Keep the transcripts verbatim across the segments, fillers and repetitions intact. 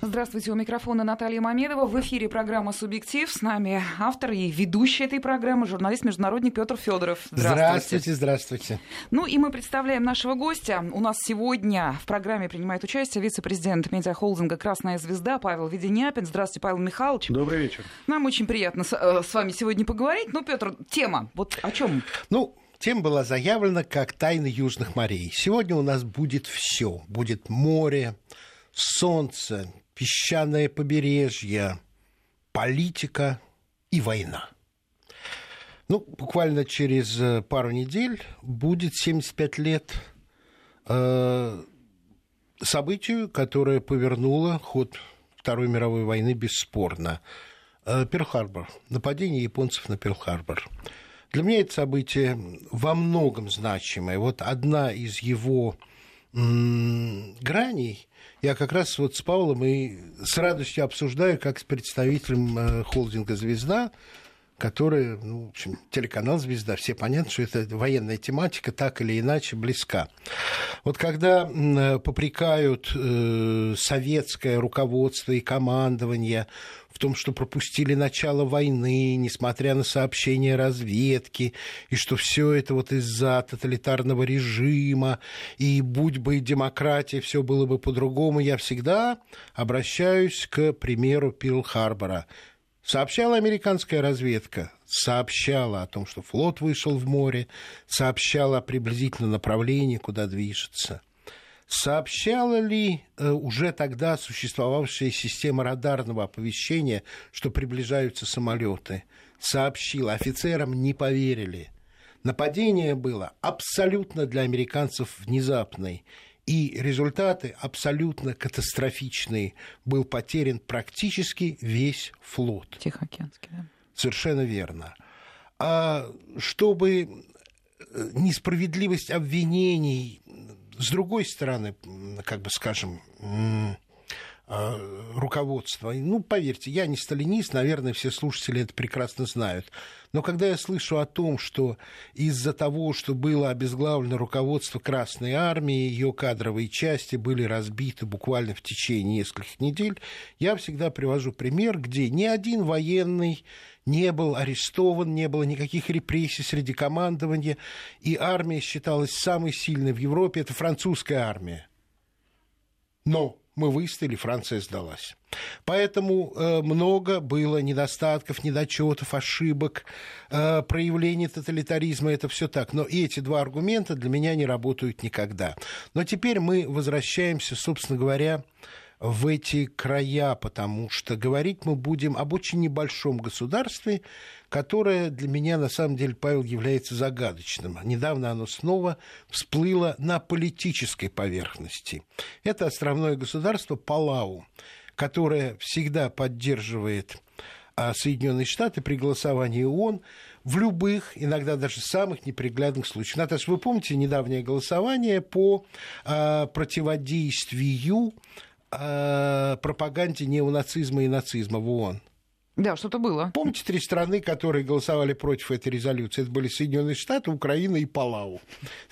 Здравствуйте, у микрофона Наталья Мамедова. В эфире программа «Субъектив». С нами автор и ведущий этой программы, журналист-международник Петр Федоров. Здравствуйте. Здравствуйте, здравствуйте. Ну и мы представляем нашего гостя. У нас сегодня в программе принимает участие вице-президент медиахолдинга «Красная звезда» Павел Веденяпин. Здравствуйте, Павел Михайлович. Добрый вечер. Нам очень приятно с, э, с вами сегодня поговорить. Ну, Петр, тема. Вот о чем? Ну, тема была заявлена как «Тайны Южных морей». Сегодня у нас будет все. Будет море, солнце, песчаное побережье, политика и война. Ну, буквально через пару недель будет семьдесят пять лет э, событию, которое повернуло ход Второй мировой войны бесспорно. Э, Перл-Харбор. Нападение японцев на Перл-Харбор. Для меня это событие во многом значимое. Вот одна из его м- граней я как раз вот с Павлом и с радостью обсуждаю, как с представителем э, холдинга «Звезда», который, ну, в общем, телеканал «Звезда», все понятно, что это военная тематика так или иначе близка. Вот когда э, попрекают э, советское руководство и командование в том, что пропустили начало войны, несмотря на сообщения разведки, и что все это вот из-за тоталитарного режима, и будь бы демократия, все было бы по-другому, я всегда обращаюсь к примеру Перл-Харбора. Сообщала американская разведка, сообщала о том, что флот вышел в море, сообщала о приблизительном направлении, куда движется. Сообщала ли э, уже тогда существовавшая система радарного оповещения, что приближаются самолеты? Сообщила. Офицерам не поверили. Нападение было абсолютно для американцев внезапной. И результаты абсолютно катастрофичные. Был потерян практически весь флот. Тихоокеанский, да. Совершенно верно. А чтобы несправедливость обвинений, с другой стороны, как бы скажем, руководства. Ну, поверьте, я не сталинист, наверное, все слушатели это прекрасно знают. Но когда я слышу о том, что из-за того, что было обезглавлено руководство Красной Армии, ее кадровые части были разбиты буквально в течение нескольких недель, я всегда привожу пример, где ни один военный не был арестован, не было никаких репрессий среди командования, и армия считалась самой сильной в Европе, это французская армия. Но мы выстояли, Франция сдалась. Поэтому э, много было недостатков, недочетов, ошибок, э, проявлений тоталитаризма, это все так. Но и эти два аргумента для меня не работают никогда. Но теперь мы возвращаемся, собственно говоря, в эти края, потому что говорить мы будем об очень небольшом государстве, которое для меня, на самом деле, Павел, является загадочным. Недавно оно снова всплыло на политической поверхности. Это островное государство Палау, которое всегда поддерживает Соединенные Штаты при голосовании ООН в любых, иногда даже самых неприглядных случаях. Наташа, вы помните недавнее голосование по а, противодействию а, пропаганде неонацизма и нацизма в ООН? Да, что-то было. Помните три страны, которые голосовали против этой резолюции? Это были Соединенные Штаты, Украина и Палау.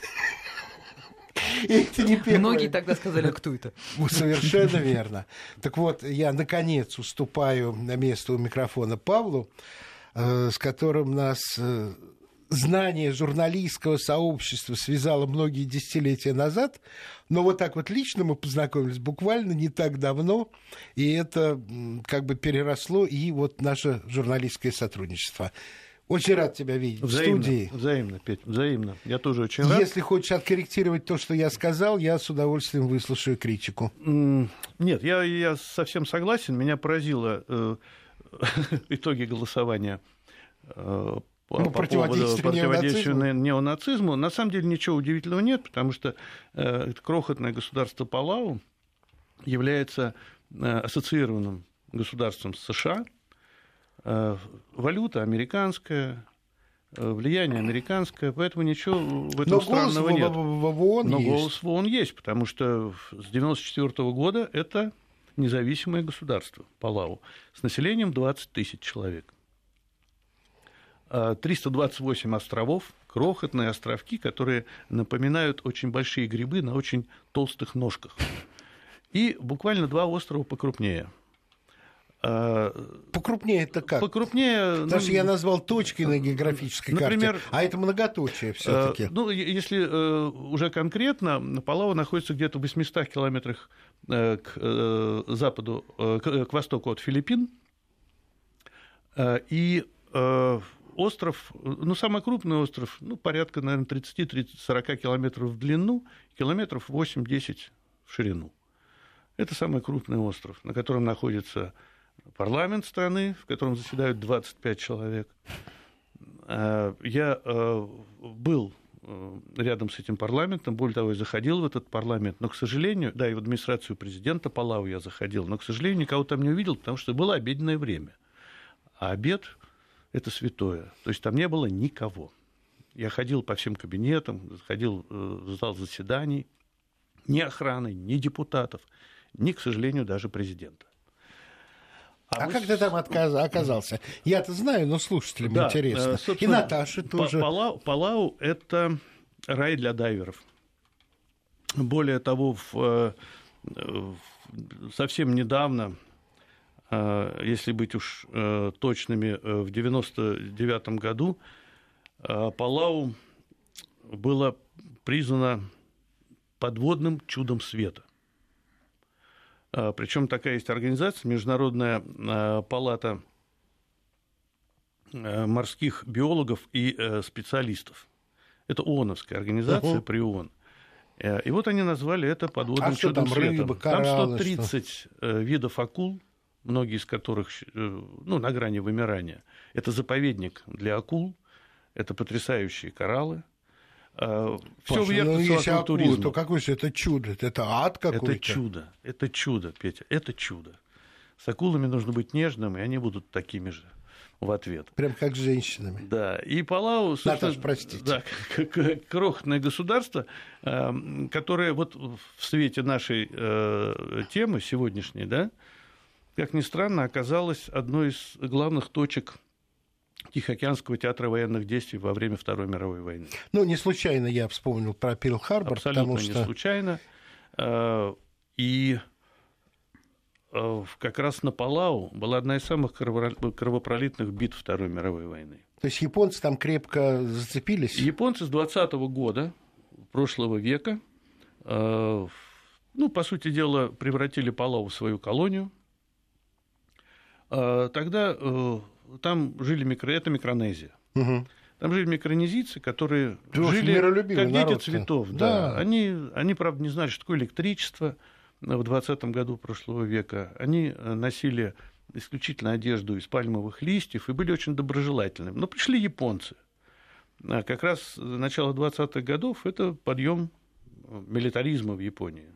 Многие тогда сказали, кто это. Совершенно верно. Так вот, я, наконец, уступаю на место у микрофона Павлу, с которым нас знание журналистского сообщества связало многие десятилетия назад, но вот так вот лично мы познакомились буквально не так давно, и это как бы переросло и вот наше журналистское сотрудничество. Очень рад тебя видеть взаимно, в студии. Взаимно, Петь, взаимно. Я тоже очень рад. Если хочешь откорректировать то, что я сказал, я с удовольствием выслушаю критику. Нет, я, я совсем согласен. Меня поразило э, итоги голосования э, по, ну, по поводу противодействия неонацизму. На самом деле ничего удивительного нет, потому что э, крохотное государство Палау является э, ассоциированным государством с США. Валюта американская, влияние американское, поэтому ничего в этом Но странного голос нет. В, в, в ООН Но есть. голос в ООН есть, потому что с девяносто четвёртого года это независимое государство Палау с населением двадцать тысяч человек. триста двадцать восемь островов, крохотные островки, которые напоминают очень большие грибы на очень толстых ножках. и буквально два острова покрупнее. Покрупнее это как? Покрупнее... Потому ну, что я назвал точкой на географической например, карте, а это многоточие все-таки. Ну, если уже конкретно, Палау находится где-то в восьмистах километрах к западу, к востоку от Филиппин, и остров, ну, самый крупный остров, ну, порядка, наверное, тридцать-сорок километров в длину, километров восемь-десять в ширину. Это самый крупный остров, на котором находится парламент страны, в котором заседают двадцать пять человек. Я был рядом с этим парламентом, более того, я заходил в этот парламент, но, к сожалению, да, и в администрацию президента Палау я заходил, но, к сожалению, никого там не увидел, потому что было обеденное время. А обед – это святое, то есть там не было никого. Я ходил по всем кабинетам, ходил в зал заседаний, ни охраны, ни депутатов, ни, к сожалению, даже президента. А, а вы... как ты там оказался? Я-то знаю, но слушателям да, интересно. И Наташа тоже. Палау, Палау – это рай для дайверов. Более того, в, в, совсем недавно, если быть уж точными, в девяносто девятом году Палау было признано подводным чудом света. Причем такая есть организация, Международная палата морских биологов и специалистов. Это ООНовская организация uh-huh. при ООН. И вот они назвали это подводным а чудом там, света. Рыба, кораллы, там сто тридцать что? Видов акул, многие из которых ну, на грани вымирания. Это заповедник для акул, это потрясающие кораллы. Все вверх по туризму. То какое же это чудо? Это ад какой-то? Это чудо. Это чудо, Петя. Это чудо. С акулами нужно быть нежным, и они будут такими же в ответ. Прям как с женщинами. Да. И Палау, Наташ, простите. Да, крохотное государство, которое вот в свете нашей темы сегодняшней, да, как ни странно, оказалось одной из главных точек Тихоокеанского театра военных действий во время Второй мировой войны. Ну, не случайно я вспомнил про Перл-Харбор. Абсолютно потому не что... случайно. И как раз на Палау была одна из самых кровопролитных битв Второй мировой войны. То есть японцы там крепко зацепились? Японцы с двадцатого года прошлого века, ну, по сути дела, превратили Палау в свою колонию. Тогда... Там жили микро... это Микронезия. Угу. Там жили микронезийцы, которые Ты жили как дети цветов. Да. Да. Они, они, правда, не знали, что такое электричество в двадцатом году прошлого века. Они носили исключительно одежду из пальмовых листьев и были очень доброжелательными. Но пришли японцы. Как раз начало двадцатых годов – это подъем милитаризма в Японии.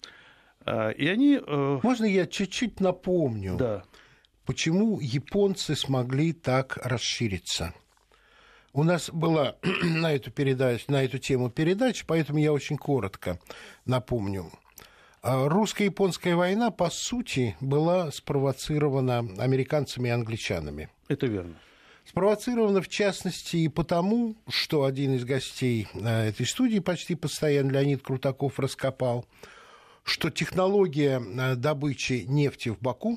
И они... Можно я чуть-чуть напомню? Да. Почему японцы смогли так расшириться? У нас была на эту, передачу, на эту тему передача, поэтому я очень коротко напомню. Русско-японская война, по сути, была спровоцирована американцами и англичанами. Это верно. Спровоцирована, в частности, и потому, что один из гостей этой студии почти постоянно, Леонид Крутаков, раскопал, что технология добычи нефти в Баку,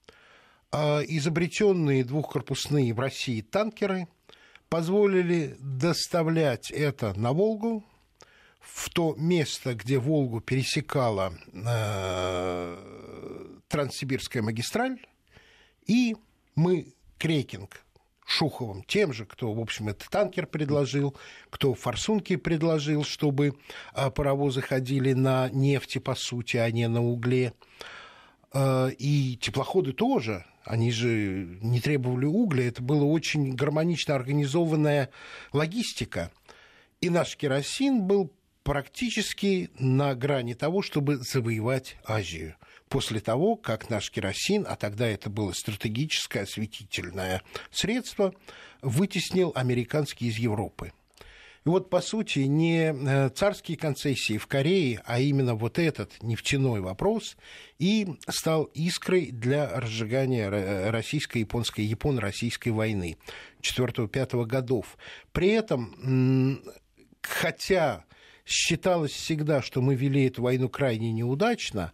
изобретенные двухкорпусные в России танкеры позволили доставлять это на Волгу, в то место, где Волгу пересекала э, Транссибирская магистраль, и мы Крекинг Шуховым, тем же, кто, в общем, этот танкер предложил, кто форсунки предложил, чтобы э, паровозы ходили на нефти, по сути, а не на угле, э, и теплоходы тоже. Они же не требовали угля, это была очень гармонично организованная логистика. И наш керосин был практически на грани того, чтобы завоевать Азию. После того, как наш керосин, а тогда это было стратегическое осветительное средство, вытеснил американский из Европы. И вот, по сути, не царские концессии в Корее, а именно вот этот нефтяной вопрос и стал искрой для разжигания российско-японской, японо-российской войны четвёртого-пятого годов. При этом, хотя считалось всегда, что мы вели эту войну крайне неудачно,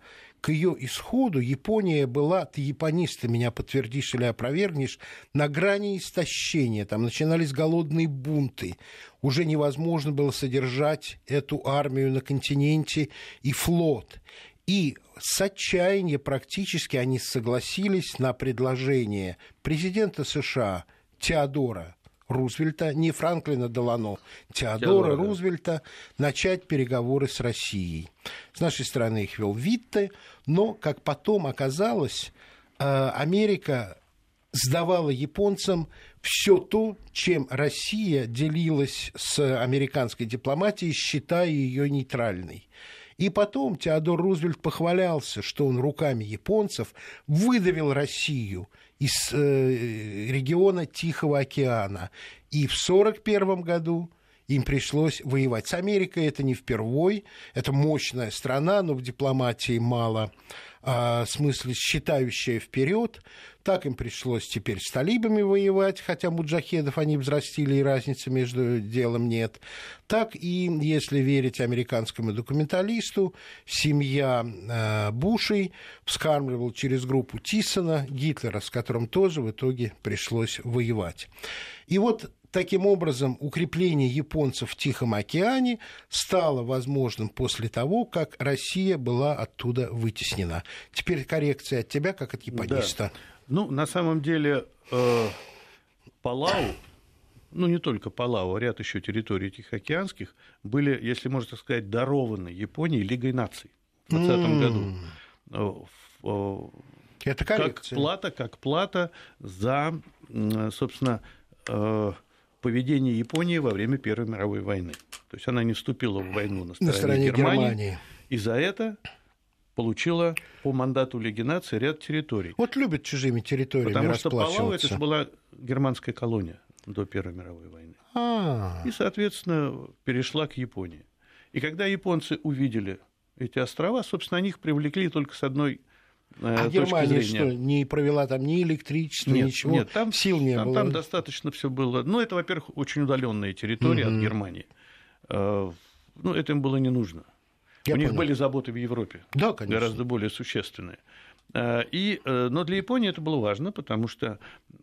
к ее исходу Япония была, ты японист, ты меня подтвердишь или опровергнешь, на грани истощения. Там начинались голодные бунты. Уже невозможно было содержать эту армию на континенте и флот. И с отчаяния практически они согласились на предложение президента США Теодора Рузвельта, не Франклина Делано, Теодора, Теодора Рузвельта, да. начать переговоры с Россией. С нашей стороны их вел Витте, но, как потом оказалось, Америка сдавала японцам все то, чем Россия делилась с американской дипломатией, считая ее нейтральной. И потом Теодор Рузвельт похвалялся, что он руками японцев выдавил Россию из э, региона Тихого океана. И в сорок первом году им пришлось воевать. С Америкой это не впервой. Это мощная страна, но в дипломатии мало а, смысла, считающая вперед. Так им пришлось теперь с талибами воевать, хотя муджахедов они взрастили, и разницы между делом нет. Так и, если верить американскому документалисту, семья э, Бушей вскармливала через группу Тиссона Гитлера, с которым тоже в итоге пришлось воевать. И вот таким образом укрепление японцев в Тихом океане стало возможным после того, как Россия была оттуда вытеснена. Теперь коррекция от тебя, как от япониста. Да. Ну, на самом деле, э, Палау, ну, не только Палау, а ряд еще территорий тихоокеанских были, если можно так сказать, дарованы Японии Лигой наций в двадцатом году. Это коррекция. Как плата, как плата за, собственно, поведение Японии во время Первой мировой войны. То есть она не вступила в войну на стороне, на стороне Германии, Германии, и за это получила по мандату Лиги наций ряд территорий. Вот любят чужими территориями Потому что расплачиваться. Палау это же была германская колония до Первой мировой войны. А-а-а. И, соответственно, перешла к Японии. И когда японцы увидели эти острова, собственно, они их привлекли только с одной а точки Германия зрения. Что, не провела там ни электричества, нет, ничего? Нет, там сил не там, было. Там достаточно все было. Ну, это, во-первых, очень удаленные территории mm-hmm. от Германии. Ну, это им было не нужно. Я У понял. них были заботы в Европе, да, конечно. гораздо более существенные. И, но для Японии это было важно, потому что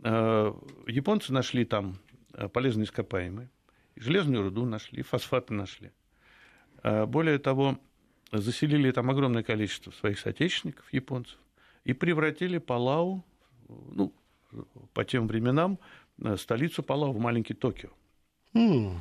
японцы нашли там полезные ископаемые, железную руду нашли, фосфаты нашли. Более того, заселили там огромное количество своих соотечественников, японцев, и превратили Палау, ну, по тем временам, столицу Палау в маленький Токио. Mm.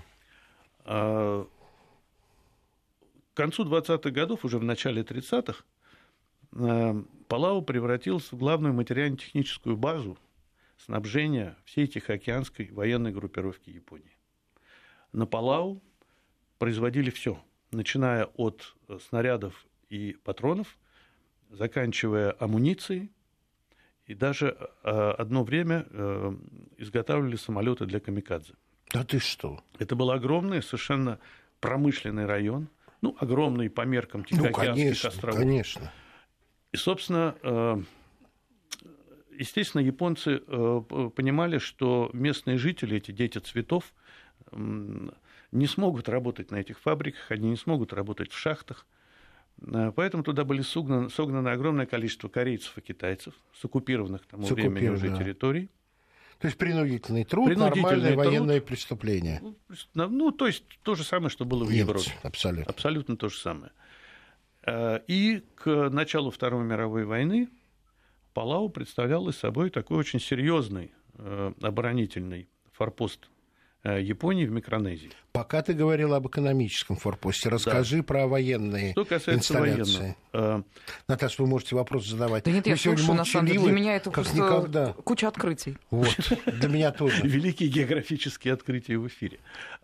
К концу двадцатых годов, уже в начале тридцатых, Палау превратился в главную материально-техническую базу снабжения всей Тихоокеанской военной группировки Японии. На Палау производили все, начиная от снарядов и патронов, заканчивая амуницией, и даже одно время изготавливали самолеты для камикадзе. Да ты что? Это был огромный, совершенно промышленный район, ну, огромный по меркам Тихоокеанских ну, конечно, островов. Конечно. И, собственно, естественно, японцы понимали, что местные жители, эти дети цветов, не смогут работать на этих фабриках, они не смогут работать в шахтах. Поэтому туда были согнаны, согнано огромное количество корейцев и китайцев с оккупированных к тому с времени уже да. территорий. То есть принудительный труд, принудительный нормальное труд, военное преступление. Ну, то есть то же самое, что было в Нет, Европе. Абсолютно. Абсолютно то же самое. И к началу Второй мировой войны Палау представлял из собой такой очень серьезный оборонительный форпост Японии в Микронезии. Пока ты говорил об экономическом форпосте, расскажи да. про военные Что касается инсталляции. Военных. Наташа, вы можете вопрос задавать. Да нет, Мы я слушаю, на самом деле, для меня это как просто никогда. Куча открытий. Вот, для меня тоже. Великие географические открытия в эфире.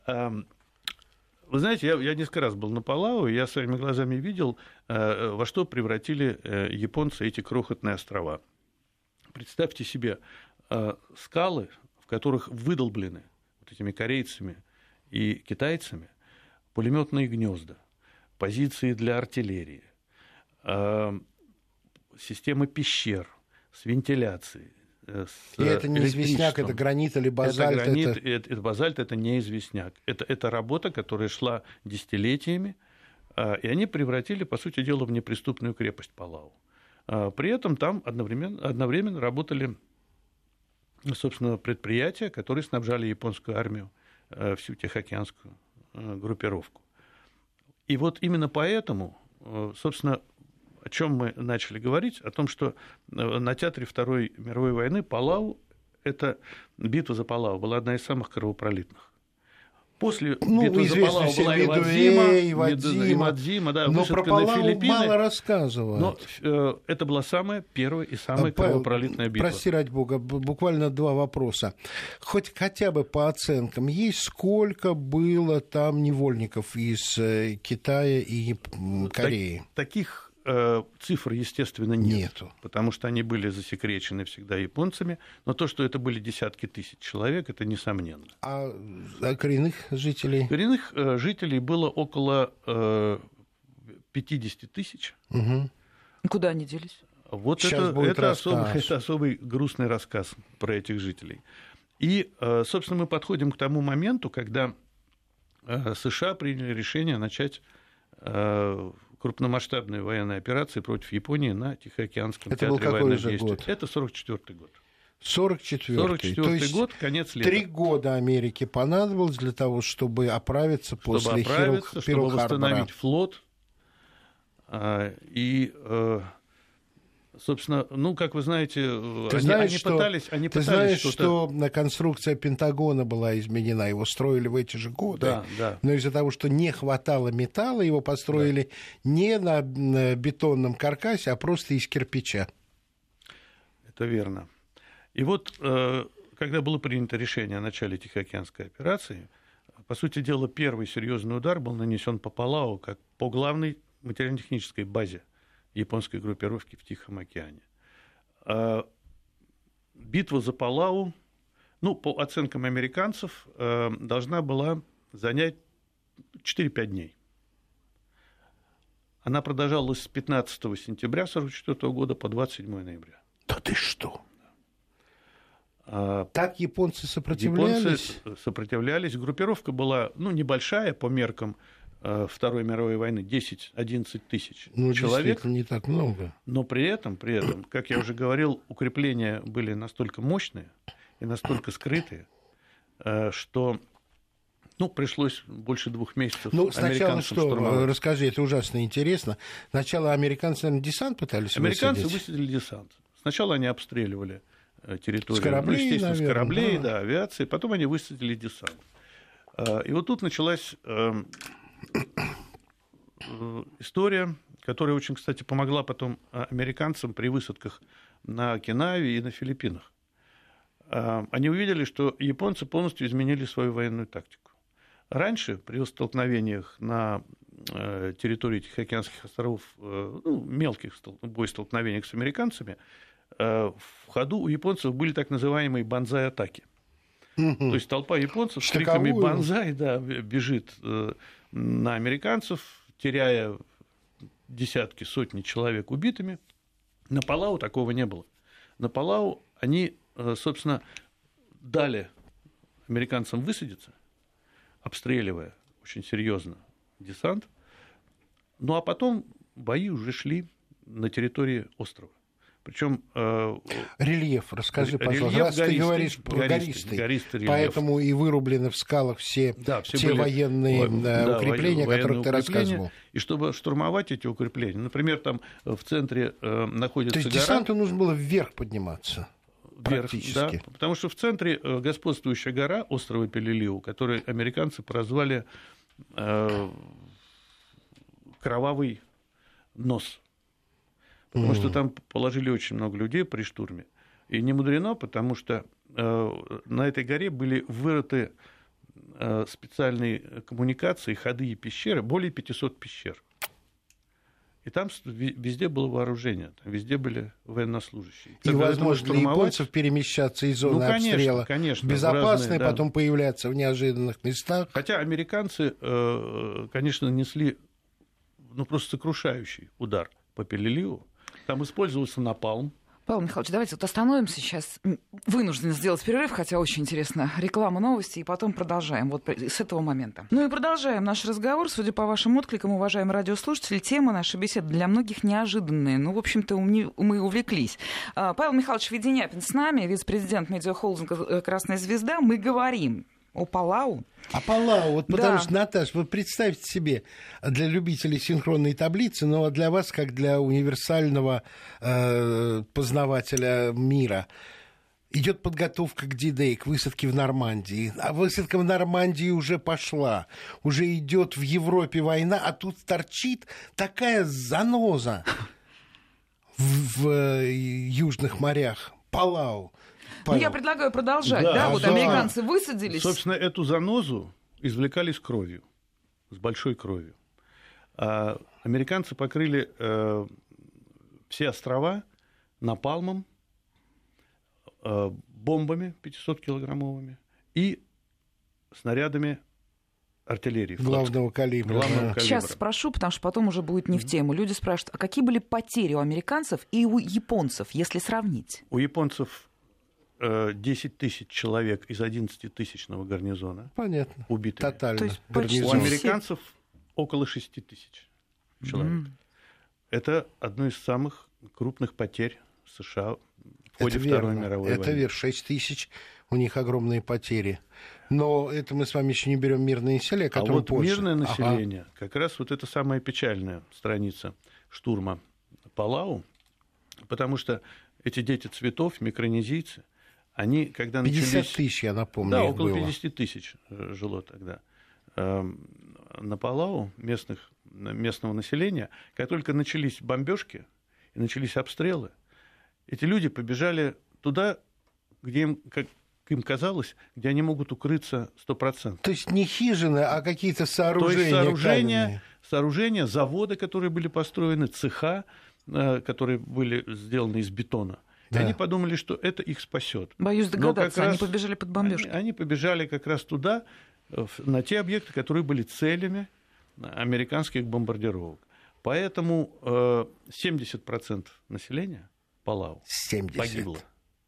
Вы знаете, я, я несколько раз был на Палау, и я своими глазами видел, во что превратили японцы эти крохотные острова. Представьте себе скалы, в которых выдолблены вот этими корейцами и китайцами пулеметные гнезда, позиции для артиллерии, системы пещер с вентиляцией. С и это не известняк, это гранит или базальт? Это гранит, это... Это, это базальт, это не известняк. Это, это работа, которая шла десятилетиями, и они превратили, по сути дела, в неприступную крепость Палау. При этом там одновременно, одновременно работали, собственно, предприятия, которые снабжали японскую армию, всю Тихоокеанскую группировку. И вот именно поэтому, собственно, о чем мы начали говорить, о том, что на театре Второй мировой войны Палау, это битва за Палау была одна из самых кровопролитных. После ну, битвы за Палау была Ивадзима, Ивадзима, Ивадзима, да, но про Палау на Филиппины. Мало рассказывают. Но э, это была самая первая и самая Павел, кровопролитная битва. Прости, ради бога, буквально два вопроса. Хоть хотя бы по оценкам, есть сколько было там невольников из Китая и Кореи? Так, таких э, цифр, естественно, нет. Нету. Потому что они были засекречены всегда японцами. Но то, что это были десятки тысяч человек, это несомненно. А, а коренных жителей? Коренных э, жителей было около э, пятьдесят тысяч. Угу. Куда они делись? Вот Сейчас это, это, особый, это особый грустный рассказ про этих жителей. И, собственно, мы подходим к тому моменту, когда США приняли решение начать крупномасштабные военные операции против Японии на Тихоокеанском это театре военных действий. Год? Это сорок четвёртый год. сорок четвёртый. сорок четвёртый год, конец лета. Три года Америке понадобилось для того, чтобы оправиться чтобы после оправиться, Перл-Харбора. чтобы восстановить флот. И, собственно, ну, как вы знаете, ты они, знаешь, они что, пытались... Они ты пытались знаешь, что-то... что конструкция Пентагона была изменена, его строили в эти же годы, да, да. но из-за того, что не хватало металла, его построили да. не на бетонном каркасе, а просто из кирпича. Это верно. И вот, когда было принято решение о начале Тихоокеанской операции, по сути дела, первый серьезный удар был нанесен по Палау, как по главной материально-технической базе японской группировки в Тихом океане. Битва за Палау, ну, по оценкам американцев, должна была занять четыре-пять дней. Она продолжалась с пятнадцатого сентября тысяча девятьсот сорок четвёртого года по двадцать седьмого ноября. Да ты что? Так японцы сопротивлялись? Японцы сопротивлялись. Группировка была, ну, небольшая по меркам Второй мировой войны, десять-одиннадцать тысяч ну, человек. Не так много. Но при этом, при этом, как я уже говорил, укрепления были настолько мощные и настолько скрытые, что, ну, пришлось больше двух месяцев ну, сначала что, штурмовать. Расскажи, это ужасно интересно. Сначала американцы, наверное, десант пытались Американцы высадить? высадили десант. Сначала они обстреливали территорию, с кораблей, ну, естественно, наверное, с кораблей, да. да, авиации, потом они высадили десант. И вот тут началась история, которая очень, кстати, помогла потом американцам при высадках на Окинаве и на Филиппинах. Они увидели, что японцы полностью изменили свою военную тактику. Раньше при столкновениях на территории Тихоокеанских островов, ну, мелких боестолкновениях с американцами, в ходу у японцев были так называемые банзай-атаки. Угу. То есть толпа японцев с криками «банзай», да, бежит на американцев, теряя десятки, сотни человек убитыми. На Палау такого не было. На Палау они, собственно, дали американцам высадиться, обстреливая очень серьезно десант. Ну а потом бои уже шли на территории острова. Причем э, рельеф, расскажи, пожалуйста, рельеф раз гористый, ты говоришь про гористый, гористый, гористый рельеф. Поэтому и вырублены в скалах все, да, все те были, военные да, укрепления, о которых ты рассказывал. И чтобы штурмовать эти укрепления, например, там в центре э, находится гора... То есть гора... десанту нужно было вверх подниматься? Вверх, да, потому что в центре господствующая гора острова Пелелиу, которую американцы прозвали э, «Кровавый нос». Потому mm. что там положили очень много людей при штурме. И не мудрено, потому что э, на этой горе были вырыты э, специальные коммуникации, ходы и пещеры, более пятисот пещер. И там везде было вооружение, там везде были военнослужащие. И Тогда возможно для японцев перемещаться из зоны ну, конечно, обстрела конечно, безопасной, разные, потом да. появляться в неожиданных местах. Хотя американцы, э, конечно, нанесли ну, просто сокрушающий удар по Пелелиу. Там использовался напалм, Павел Михайлович, давайте вот остановимся сейчас. Вынуждены сделать перерыв, хотя очень интересно. Реклама, новости, и потом продолжаем вот с этого момента. Ну и продолжаем наш разговор. Судя по вашим откликам, уважаемые радиослушатели, тема нашей беседы для многих неожиданная. Ну, в общем-то, мы увлеклись. Павел Михайлович Веденяпин с нами, вице-президент медиахолдинга «Красная звезда». Мы говорим о Палау. А Палау, вот потому да. что, Наташа, вы представьте себе, для любителей синхронной таблицы, но для вас, как для универсального э, познавателя мира, идет подготовка к Ди-Дэй, к высадке в Нормандии. А высадка в Нормандии уже пошла. Уже идет в Европе война, а тут торчит такая заноза в, в э, южных морях. Палау. Ну, я предлагаю продолжать. Да, да? Вот да. американцы высадились. Собственно, эту занозу извлекали с кровью, с большой кровью. А американцы покрыли э, все острова напалмом, э, бомбами пятисоткилограммовыми и снарядами артиллерии. Главного калибра. Главного да. калибра. Сейчас спрошу, потому что потом уже будет не в тему. Люди спрашивают, а какие были потери у американцев и у японцев, если сравнить? У японцев десять тысяч человек из одиннадцатитысячного гарнизона. Понятно. Убитыми. Тотально. То есть У американцев около шести тысяч человек. Mm. Это одно из самых крупных потерь США в ходе Это Второй верно. мировой это войны. верно. шесть тысяч, у них огромные потери. Но это мы с вами еще не берем мирное население, А которое вот позже. мирное Ага. население, как раз вот это самая печальная страница штурма Палау, потому что эти дети цветов, микронезийцы, они, когда пятьдесят начались... тысяч, я напомню, Да, их около было. пятьдесят тысяч жило тогда. На Палау местных, местного населения, как только начались бомбежки и начались обстрелы, эти люди побежали туда, где им, как им казалось, где они могут укрыться сто процентов. То есть не хижины, а какие-то сооружения. То есть сооружения, каменные. сооружения, заводы, которые были построены, цеха, которые были сделаны из бетона. Да. И они подумали, что это их спасет. Боюсь догадаться, раз они побежали под бомбежки. Они, они побежали как раз туда, на те объекты, которые были целями американских бомбардировок. Поэтому семьдесят процентов населения Палау семьдесят погибло.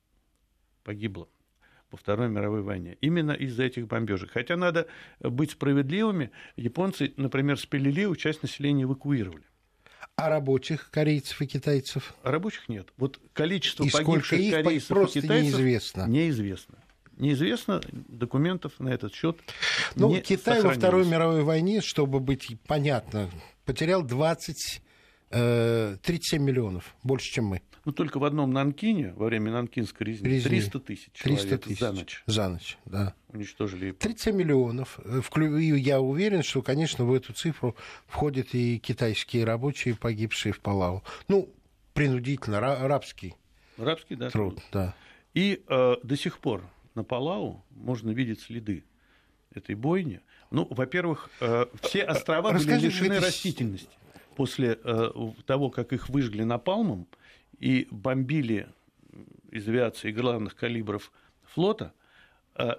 Погибло во Второй мировой войне. Именно из-за этих бомбежек. Хотя надо быть справедливыми, японцы, например, с Пелелеу часть населения эвакуировали. А рабочих корейцев и китайцев? А рабочих нет. Вот количество И погибших их корейцев просто и китайцев неизвестно. Неизвестно. Неизвестно, документов на этот счет. Ну, не Китай во сохранилось. Второй мировой войне, чтобы быть понятно, потерял двадцать, тридцать семь миллионов, больше, чем мы. Ну, только в одном Нанкине, во время Нанкинской резни, Резни. триста тысяч человек триста тысяч за ночь За ночь, да. уничтожили. тридцать семь миллионов. И я уверен, что, конечно, в эту цифру входят и китайские рабочие, погибшие в Палау. Ну, принудительно, рабский Рабский, да. труд, да. И э, до сих пор на Палау можно видеть следы этой бойни. Ну, во-первых, э, все острова были Расскажите, лишены это... растительности. После э, того, как их выжгли напалмом и бомбили из авиации главных калибров флота, э,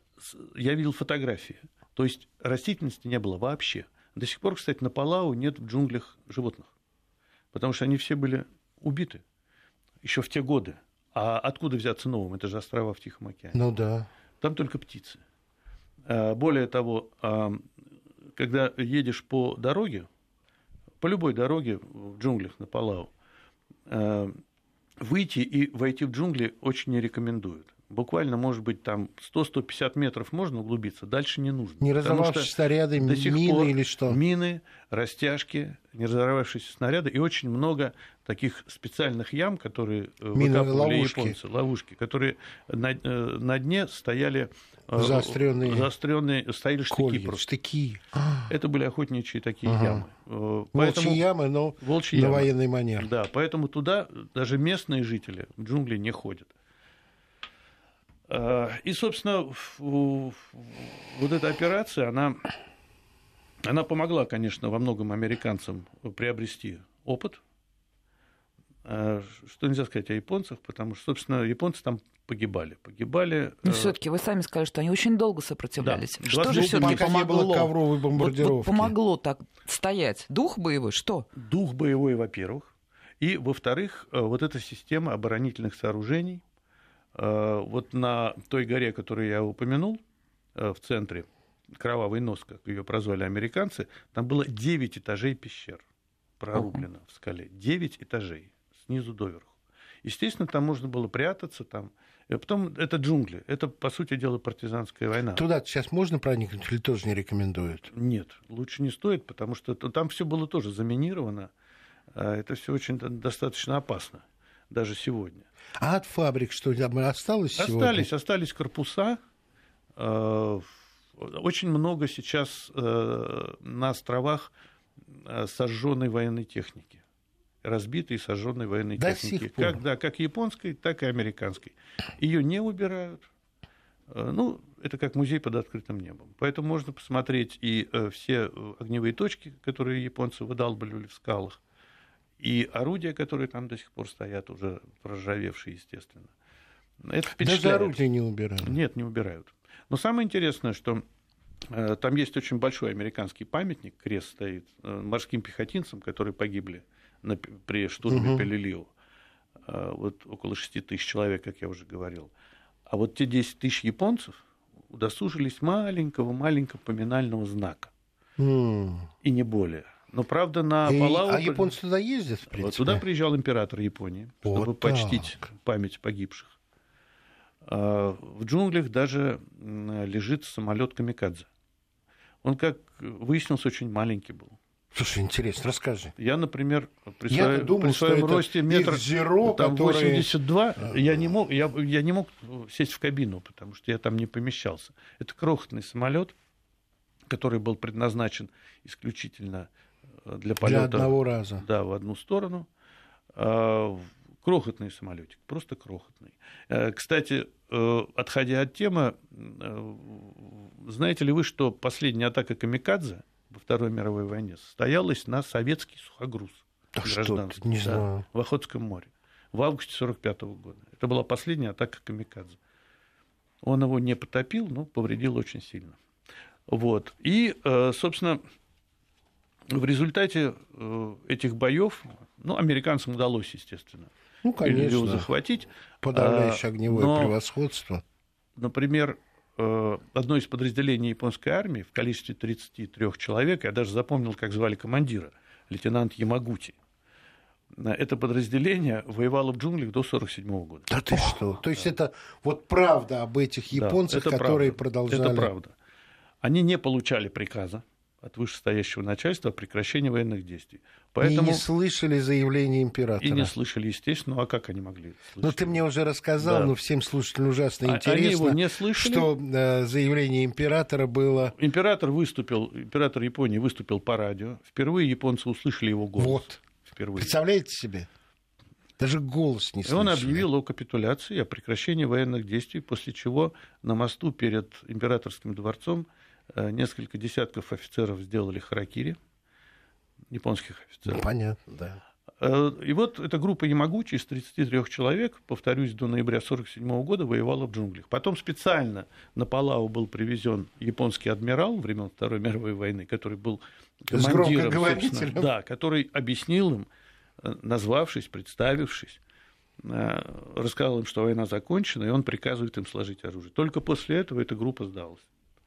я видел фотографии. То есть растительности не было вообще. До сих пор, кстати, на Палау нет в джунглях животных, потому что они все были убиты еще в те годы. А откуда взяться новым? Это же острова в Тихом океане. Ну да. Там только птицы. Более того, когда едешь по дороге, по любой дороге в джунглях на Палау, выйти и войти в джунгли очень не рекомендуют. Буквально, может быть, там сто - сто пятьдесят метров можно углубиться, дальше не нужно. Не разорвавшиеся снаряды, мины или что? Мины, растяжки, не разорвавшиеся снаряды и очень много таких специальных ям, которые Мины, выкапывали ловушки. японцы, ловушки, которые на, на дне стояли заостренные, заостренные, стояли штыки колья, просто. штыки. Это были охотничьи такие ага. ямы. Волчьи Поэтому... ямы, но Волчьи на ямы. военный манер. Да, поэтому туда даже местные жители в джунгли не ходят. И, собственно, вот эта операция, она, она помогла, конечно, во многом американцам приобрести опыт. Что нельзя сказать о японцах, потому что, собственно, японцы там погибали. Погибали. Но все-таки вы сами сказали, что они очень долго сопротивлялись. Да. Что же все-таки помогло? Не было ковровой бомбардировки. Вот, вот помогло так стоять? Дух боевой? Что? Дух боевой, во-первых. И, во-вторых, вот эта система оборонительных сооружений, вот на той горе, которую я упомянул, в центре, Кровавый нос, как ее прозвали американцы, там было девять этажей пещер прорублено uh-huh. в скале. девять этажей, снизу доверху. Естественно, там можно было прятаться, там. И потом это джунгли, это, по сути дела, партизанская война. Туда сейчас можно проникнуть или тоже не рекомендуют? Нет, лучше не стоит, потому что там все было тоже заминировано. Это все очень достаточно опасно, даже сегодня. А от фабрик что там осталось сегодня? Остались, остались корпуса. Очень много сейчас на островах сожженной военной техники. Разбитой и сожженной военной До техники. Как, да, как японской, так и американской. Ее не убирают. Ну, это как музей под открытым небом. Поэтому можно посмотреть и все огневые точки, которые японцы выдалбливали в скалах, и орудия, которые там до сих пор стоят, уже проржавевшие, естественно. Это впечатляет. Даже орудия не убирают? Нет, не убирают. Но самое интересное, что э, там есть очень большой американский памятник, крест стоит, э, морским пехотинцам, которые погибли на, при штурме угу. Пелелиу. Э, вот около шести тысяч человек, как я уже говорил. А вот те десять тысяч японцев удосужились маленького-маленького поминального знака. Mm. И не более. Но, правда, на и, Палау... А японцы туда ездят, в принципе? Вот туда приезжал император Японии, вот чтобы так. почтить память погибших. В джунглях даже лежит самолет камикадзе. Он, как выяснилось, очень маленький был. Слушай, интересно, расскажи. Я, например, при, я своем, думал, при своем росте метр зеро, там, которые... восемьдесят два, я не, мог, я, я не мог сесть в кабину, потому что я там не помещался. Это крохотный самолет, который был предназначен исключительно для полета. Для одного раза. Да, в одну сторону. Крохотный самолетик, просто крохотный. Кстати, отходя от темы, знаете ли вы, что последняя атака камикадзе во Второй мировой войне состоялась на советский сухогруз да гражданский, что, не да, знаю. в Охотском море в августе сорок пятого года. Это была последняя атака камикадзе. Он его не потопил, но повредил очень сильно. Вот. И, собственно, в результате этих боев, ну, американцам удалось, естественно, ну, конечно, захватить. Подавляющее огневое но, превосходство. Например, одно из подразделений японской армии в количестве тридцати трёх человек, я даже запомнил, как звали командира, лейтенант Ямагути. Это подразделение воевало в джунглях до сорок седьмого года. Да ты Ох, что? То есть да. это вот правда об этих японцах, да, которые правда. продолжали... Это правда. Они не получали приказа от вышестоящего начальства о прекращении военных действий. Поэтому... И не слышали заявления императора. И не слышали, естественно. Ну, а как они могли слышать? Ну, ты мне уже рассказал, да. но всем слушателям ужасно а, интересно, они его не слышали. Что э, заявление императора было... Император выступил, император Японии выступил по радио. Впервые японцы услышали его голос. Вот. Впервые. Представляете себе? Даже голос не слышали. И он объявил о капитуляции, о прекращении военных действий, после чего на мосту перед императорским дворцом несколько десятков офицеров сделали харакири, японских офицеров. Ну, понятно, да. И вот эта группа Ямагути из тридцати трёх человек, повторюсь, до ноября сорок седьмого года воевала в джунглях. Потом специально на Палау был привезен японский адмирал времен Второй мировой войны, который был командиром, собственно, да, который объяснил им, назвавшись, представившись, рассказал им, что война закончена, и он приказывает им сложить оружие. Только после этого эта группа сдалась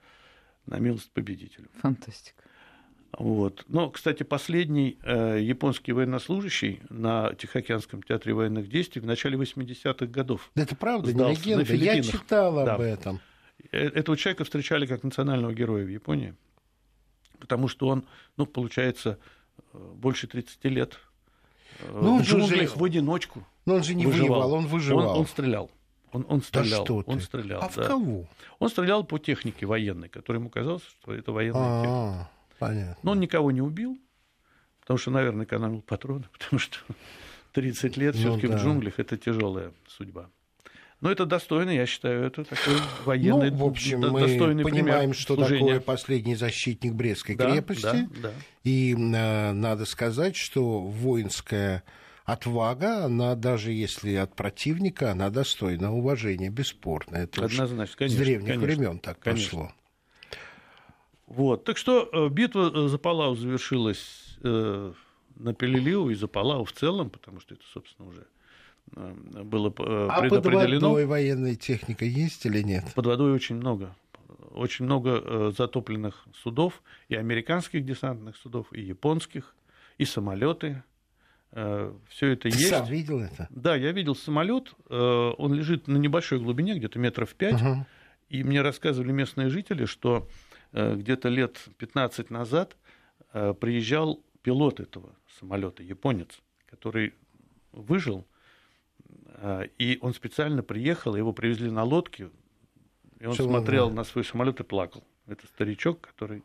на милость победителю. Фантастика. Вот. Но, кстати, последний э, японский военнослужащий на Тихоокеанском театре военных действий в начале восьмидесятых годов. Это правда, не легенда. Я читал об да. этом. Этого человека встречали как национального героя в Японии, потому что он, ну, получается, больше тридцати лет ну, в джунглях в одиночку. Но он же не выживал. воевал, он выживал. Он, он стрелял. Он, он стрелял. Да что он ты? стрелял. А да. в кого? Он стрелял по технике военной, которой ему казалось, что это военная А-а-а, техника. Понятно. Но он никого не убил, потому что, наверное, экономил патроны, потому что тридцать лет ну, все-таки да. в джунглях это тяжелая судьба. Но это достойно, я считаю, это такой военный, ну, в общем, достойный мы понимаем, что служения. Такое последний защитник Брестской да, крепости. Да, да. И э, надо сказать, что воинская отвага, она даже если от противника, она достойна уважения, бесспорно. Это однозначно, конечно, с древних конечно, времен так конечно. пошло. Вот. Так что битва за Палау завершилась на Пелелиу и за Палау в целом, потому что это, собственно, уже было а предопределено. А под водой военная техника есть или нет? Под водой очень много. Очень много затопленных судов, и американских десантных судов, и японских, и самолеты. Все это Ты есть. сам видел это? Да, я видел самолет. Он лежит на небольшой глубине, где-то метров пять. Угу. И мне рассказывали местные жители, что где-то лет пятнадцать назад приезжал пилот этого самолета, японец, который выжил. И он специально приехал, его привезли на лодке. И он Чего смотрел он? на свой самолет и плакал. Это старичок, который...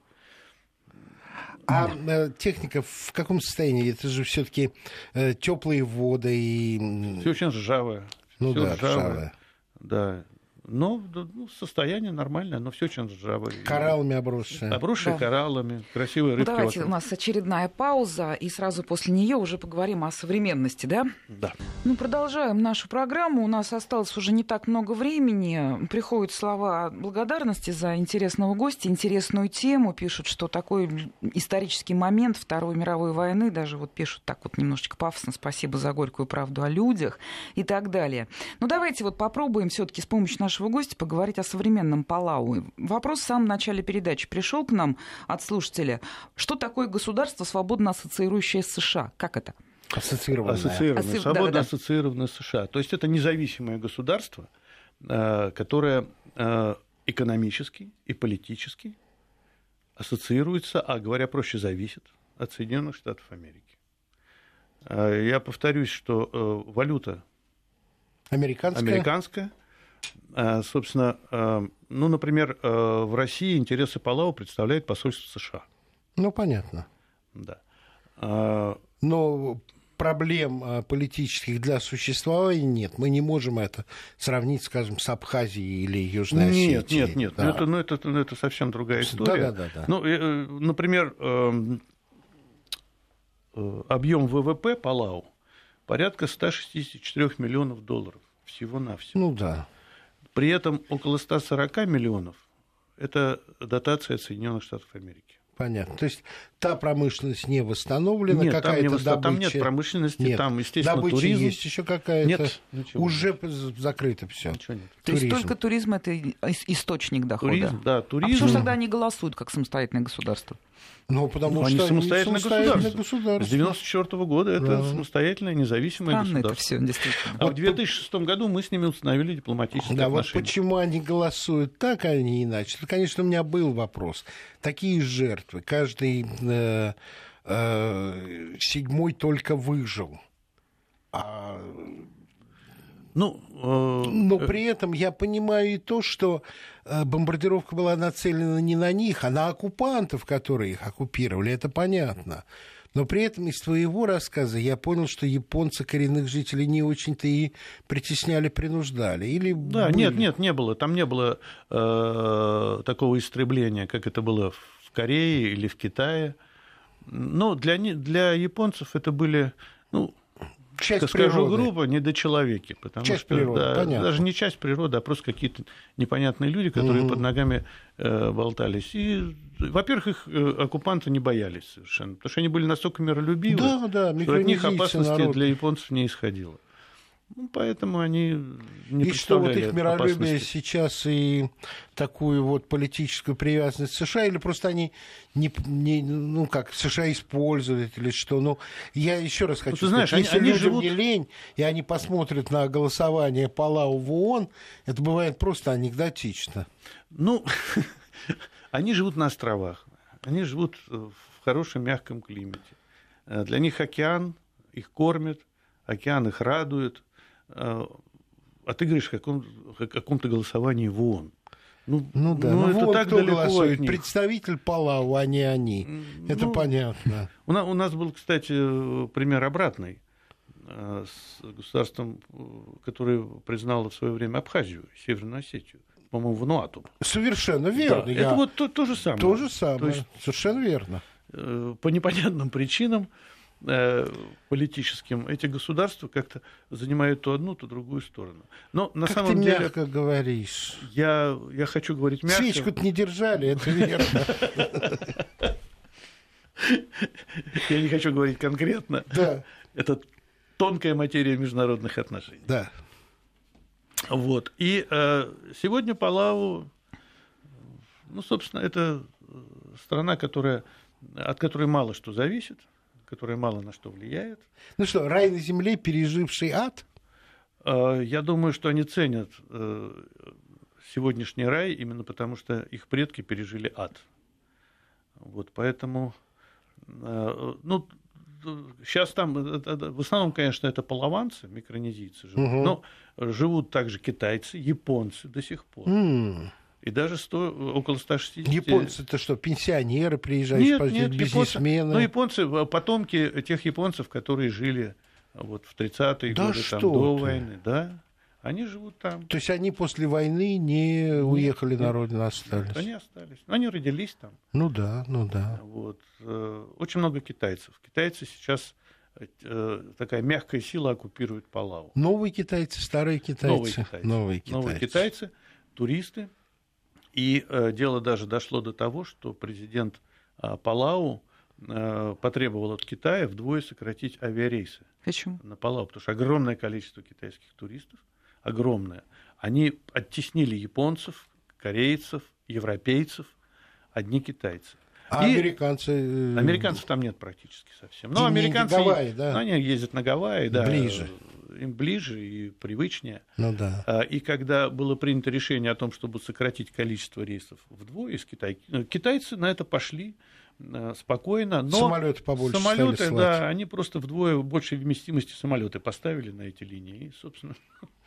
А да. техника в каком состоянии? Это же все-таки э, теплые воды и... Все очень ржавое. Ну всё да, ржавое. ржавое. Да. Но ну, состояние нормальное, но все очень ржавое. Кораллами обросшие. Обросшие да. кораллами, красивые рыбки. Ну, давайте, вокруг. У нас очередная пауза, и сразу после нее уже поговорим о современности, да? Да. Ну, продолжаем нашу программу. У нас осталось уже не так много времени. Приходят слова благодарности за интересного гостя, интересную тему. Пишут, что такой исторический момент Второй мировой войны, даже вот пишут так вот немножечко пафосно, спасибо за горькую правду о людях и так далее. Ну, давайте вот попробуем все-таки с помощью нашего гостя поговорить о современном Палау. Вопрос в самом начале передачи пришел к нам от слушателя. Что такое государство, свободно ассоциирующее с США? Как это? Ассоциированное. Ассоциированное. Асси... Свободно да, да. ассоциированное с США. То есть это независимое государство, которое экономически и политически ассоциируется, а говоря проще, зависит от Соединенных Штатов Америки. Я повторюсь, что валюта американская, американская. Собственно, ну, например, в России интересы Палау представляет посольство США. Ну, понятно. Да. Но проблем политических для существования нет. Мы не можем это сравнить, скажем, с Абхазией или Южной Осетией. Нет, нет, нет. Да. Это, ну, это, ну, это совсем другая история. Да, да, да, да. Ну, например, объем ВВП Палау порядка сто шестьдесят четыре миллионов долларов всего-навсего. Ну да. При этом около сто сорок миллионов – это дотация от Соединенных Штатов Америки. Понятно. То есть та промышленность не восстановлена, нет, какая-то там, не восстан... добыча... там нет промышленности, нет. там, естественно, добыча туризм. Есть еще какая-то? Нет, уже нет. Закрыто все. То туризм. есть только туризм – это источник дохода? Туризм, да, туризм. А почему же тогда они голосуют как самостоятельное государство? Ну, потому ну, что они самостоятельное, самостоятельное государство. государство. С девяносто четвёртого года это да. самостоятельное, независимое Странно государство. Это все, действительно. А вот в две тысячи шестом году мы с ними установили дипломатические да, отношения. Вот почему они голосуют так, а не иначе? Это, конечно, у меня был вопрос. Такие жертвы. Каждый э, э, седьмой только выжил. А... Ну, э... Но при этом я понимаю и то, что бомбардировка была нацелена не на них, а на оккупантов, которые их оккупировали, это понятно. Но при этом из твоего рассказа я понял, что японцы коренных жителей не очень-то и притесняли, принуждали. Или да, были... нет, нет, не было. Там не было э, такого истребления, как это было в Корее или в Китае. Но для, для японцев это были... Ну, часть скажу природы. грубо, недочеловеки, потому часть что природы, да, понятно. Даже не часть природы, а просто какие-то непонятные люди, которые угу. под ногами э, болтались. И, во-первых, их э, оккупанты не боялись совершенно, потому что они были настолько миролюбивы, да, да, что от них опасности народ. для японцев не исходило. Ну, поэтому они не и что вот их миролюбие опасности. Сейчас и такую вот политическую привязанность к США, или просто они не, не ну как США используют или что? Ну я еще раз хочу ну, сказать, знаешь, если они, людям они живут... не лень и они посмотрят на голосование Палау в ООН, это бывает просто анекдотично. Ну они живут на островах, они живут в хорошем мягком климате. Для них океан их кормит, океан их радует. А ты говоришь о каком, о каком-то голосовании в ООН. Ну, ну да, ну, ну, это вот так кто далеко голосует? от них. Представитель Палау, а не они. Это ну, понятно. У нас, у нас был, кстати, пример обратный с государством, которое признало в свое время Абхазию, Северную Осетию, по-моему, Вануату. Совершенно верно. Да, Я... Это вот то, то же самое. То же самое, то есть, совершенно верно. По непонятным причинам политическим эти государства как-то занимают то одну, то другую сторону. Но на как самом ты деле мягко говоришь. Я, я хочу говорить мягко. Свечку-то не держали, это верно. Я не хочу говорить конкретно. Да. Это тонкая материя международных отношений. Да. Вот. И э, сегодня Палау, ну, собственно, это страна, которая, от которой мало что зависит, которая мало на что влияет. Ну что, рай на земле, переживший ад? Э, я думаю, что они ценят э, сегодняшний рай именно потому, что их предки пережили ад. Вот, поэтому, э, ну, сейчас там, в основном, конечно, это палаванцы, микронезийцы живут, угу. но живут также китайцы, японцы до сих пор. Mm. И даже сто, около ста шестидесяти... Японцы это что, пенсионеры приезжающие, нет, нет, бизнесмены? Ну, японцы, потомки тех японцев, которые жили вот в тридцатые да годы там, до ты? войны, да. Они живут там. То есть они после войны не нет, уехали нет, на родину, остались? Нет, они остались. Но они родились там. Ну да, ну да. Вот. Очень много китайцев. Китайцы сейчас, такая мягкая сила оккупирует Палау. Новые китайцы, старые китайцы? Новые китайцы. Новые китайцы, Новые китайцы туристы. И дело даже дошло до того, что президент Палау потребовал от Китая вдвое сократить авиарейсы. Почему? На Палау, потому что огромное количество китайских туристов, огромное, они оттеснили японцев, корейцев, европейцев, одни китайцы. А и американцы? Американцев там нет практически совсем. Но американцы, Гавайи, да? Ну, они ездят на Гавайи, да, ближе. Им ближе и привычнее. Ну, да. И когда было принято решение о том, чтобы сократить количество рейсов вдвое из Китая, китайцы на это пошли спокойно. Но самолеты побольше самолеты, стали да, слать. они просто вдвое большей вместимости самолеты поставили на эти линии. И, собственно,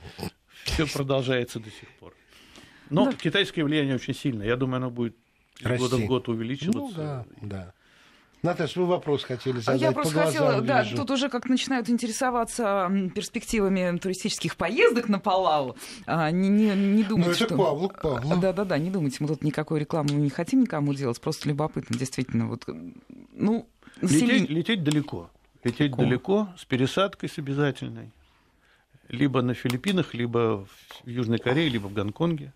все продолжается до сих пор. Но да. Китайское влияние очень сильное. Я думаю, оно будет из года в год увеличиваться. Ну, да, да. Наташа, вы вопрос хотели задать? Я просто хотела, да, вижу. тут уже как начинают интересоваться перспективами туристических поездок на Палау. А, не, не, не думайте, ну, это что... Павлу, Павлу. Да-да-да, не думайте, мы тут никакой рекламы не хотим никому делать, просто любопытно, действительно. Вот, ну, население... лететь, лететь далеко. Лететь Какого? далеко, с пересадкой с обязательной. Либо на Филиппинах, либо в Южной Корее, либо в Гонконге.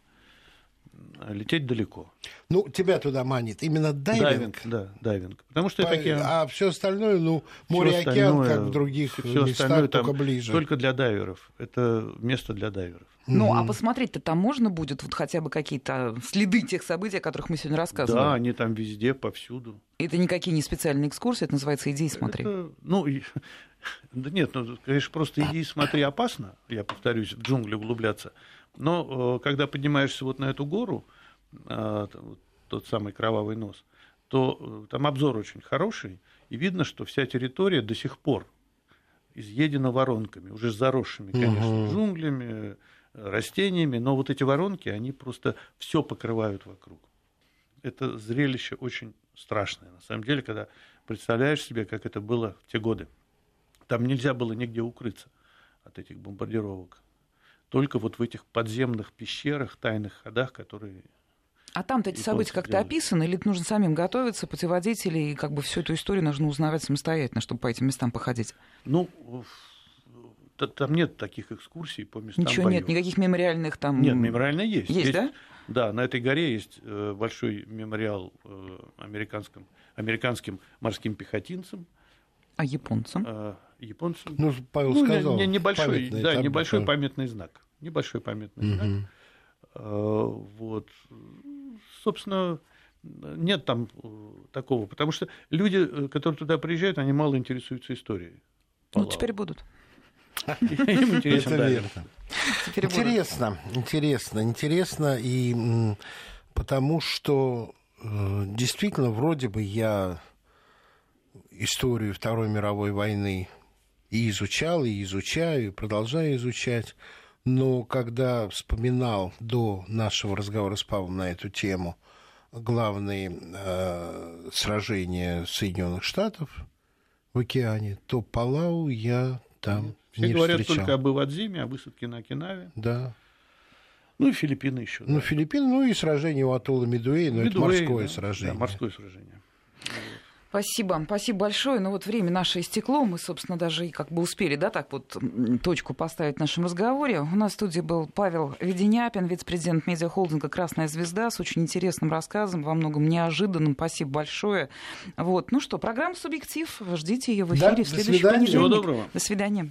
Лететь далеко. Ну, тебя туда манит именно дайвинг? Дайвинг, да, дайвинг. Потому что По... это океан. А все остальное, ну, море и океан, как в других всё местах, только ближе. Только для дайверов. Это место для дайверов. Ну, mm-hmm. а посмотреть-то там можно будет вот хотя бы какие-то следы тех событий, о которых мы сегодня рассказывали? Да, они там везде, повсюду. Это никакие не специальные экскурсии, это называется «иди и смотри». Это, ну, и... да нет, ну, конечно, просто «иди и смотри» опасно, я повторюсь, в джунгли углубляться. Но когда поднимаешься вот на эту гору, тот самый Кровавый нос, то там обзор очень хороший, и видно, что вся территория до сих пор изъедена воронками, уже заросшими, конечно, угу. джунглями, растениями, но вот эти воронки, они просто все покрывают вокруг. Это зрелище очень страшное, на самом деле, когда представляешь себе, как это было в те годы. Там нельзя было нигде укрыться от этих бомбардировок. Только вот в этих подземных пещерах, тайных ходах, которые... А там-то эти события как-то описаны, или нужно самим готовиться, путеводители, и как бы всю эту историю нужно узнавать самостоятельно, чтобы по этим местам походить? Ну, там нет таких экскурсий по местам Ничего боёв. Нет, никаких мемориальных там... Нет, мемориальные есть. Есть, есть, да? Да, на этой горе есть большой мемориал американским, американским морским пехотинцам. А японцам? А, японцам. Ну, Павел ну, сказал. Не, небольшой, памятный, да, там, небольшой там. памятный знак. Небольшой памятный угу. знак. А, вот. Собственно, нет там такого, потому что люди, которые туда приезжают, они мало интересуются историей. Ну, теперь будут. Им интересно. Это верно. Интересно, интересно, интересно, и потому что действительно вроде бы я историю Второй мировой войны и изучал, и изучаю, и продолжаю изучать, но когда вспоминал до нашего разговора с Павлом на эту тему главные э, сражения Соединенных Штатов в океане, то Палау я там Все не говорят встречал. только об Ивадзиме, о высадке на Окинаве. Да. Ну и Филиппины еще. Ну, да. Филиппины, ну и сражение у атолла Медуэй, но Медуэй, это морское да, сражение. Да, морское сражение. Спасибо, спасибо большое. Ну вот время наше истекло, мы, собственно, даже и как бы успели, да, так вот точку поставить в нашем разговоре. У нас в студии был Павел Веденяпин, вице-президент медиахолдинга «Красная звезда», с очень интересным рассказом, во многом неожиданным. Спасибо большое. Вот. Ну что, программа «Субъектив». Ждите ее в эфире, да, в следующий понедельник. Всего доброго. До свидания.